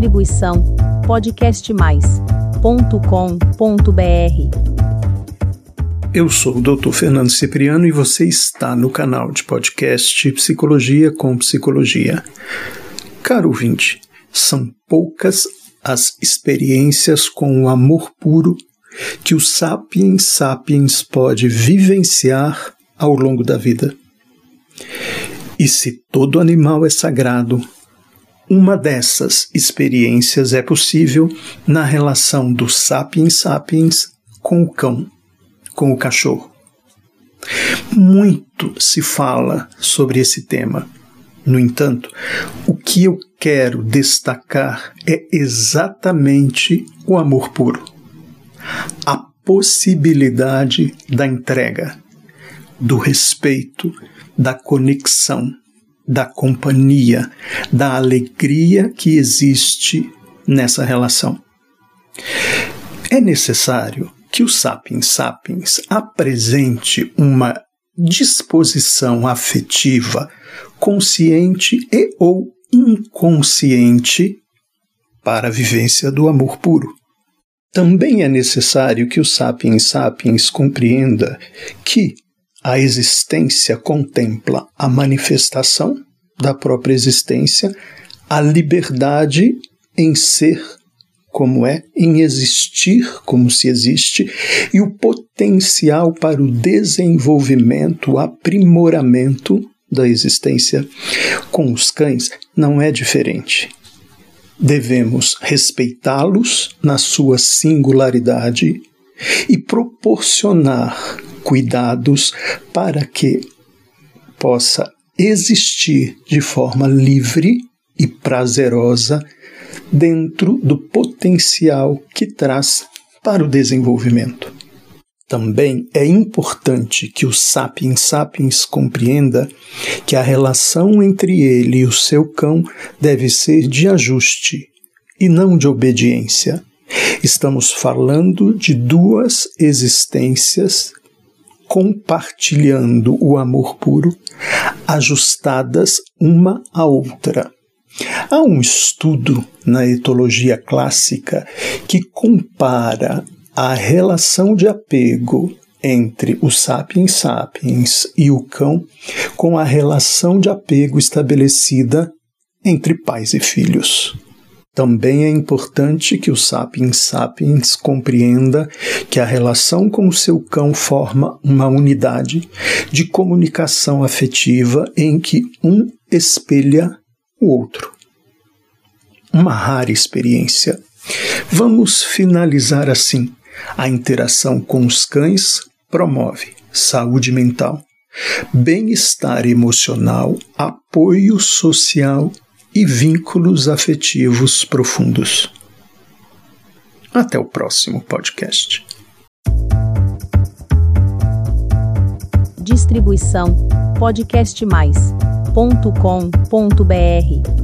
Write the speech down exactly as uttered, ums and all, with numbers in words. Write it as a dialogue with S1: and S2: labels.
S1: Distribuição podcast mais ponto com ponto b r.
S2: Eu sou o doutor Fernando Cipriano e você está no canal de podcast Psicologia com Psicologia. Caro ouvinte, são poucas as experiências com o amor puro que o Sapiens Sapiens pode vivenciar ao longo da vida. E se todo animal é sagrado, uma dessas experiências é possível na relação do Sapiens Sapiens com o cão, com o cachorro. Muito se fala sobre esse tema. No entanto, o que eu quero destacar é exatamente o amor puro. A possibilidade da entrega, do respeito, da conexão, da companhia, da alegria que existe nessa relação. É necessário que o Sapiens Sapiens apresente uma disposição afetiva, consciente e ou inconsciente para a vivência do amor puro. Também é necessário que o Sapiens Sapiens compreenda que a existência contempla a manifestação da própria existência, a liberdade em ser como é, em existir como se existe, e o potencial para o desenvolvimento, o aprimoramento da existência. Com os cães não é diferente. Devemos respeitá-los na sua singularidade e proporcionar cuidados para que possa existir de forma livre e prazerosa dentro do potencial que traz para o desenvolvimento. Também é importante que o Sapiens Sapiens compreenda que a relação entre ele e o seu cão deve ser de ajuste e não de obediência. Estamos falando de duas existências compartilhando o amor puro, ajustadas uma à outra. Há um estudo na etologia clássica que compara a relação de apego entre o Sapiens Sapiens e o cão com a relação de apego estabelecida entre pais e filhos. Também é importante que o Sapiens Sapiens compreenda que a relação com o seu cão forma uma unidade de comunicação afetiva em que um espelha o outro. Uma rara experiência. Vamos finalizar assim. A interação com os cães promove saúde mental, bem-estar emocional, apoio social e vínculos afetivos profundos. Até o próximo podcast.
S1: Distribuição podcast mais ponto com ponto b r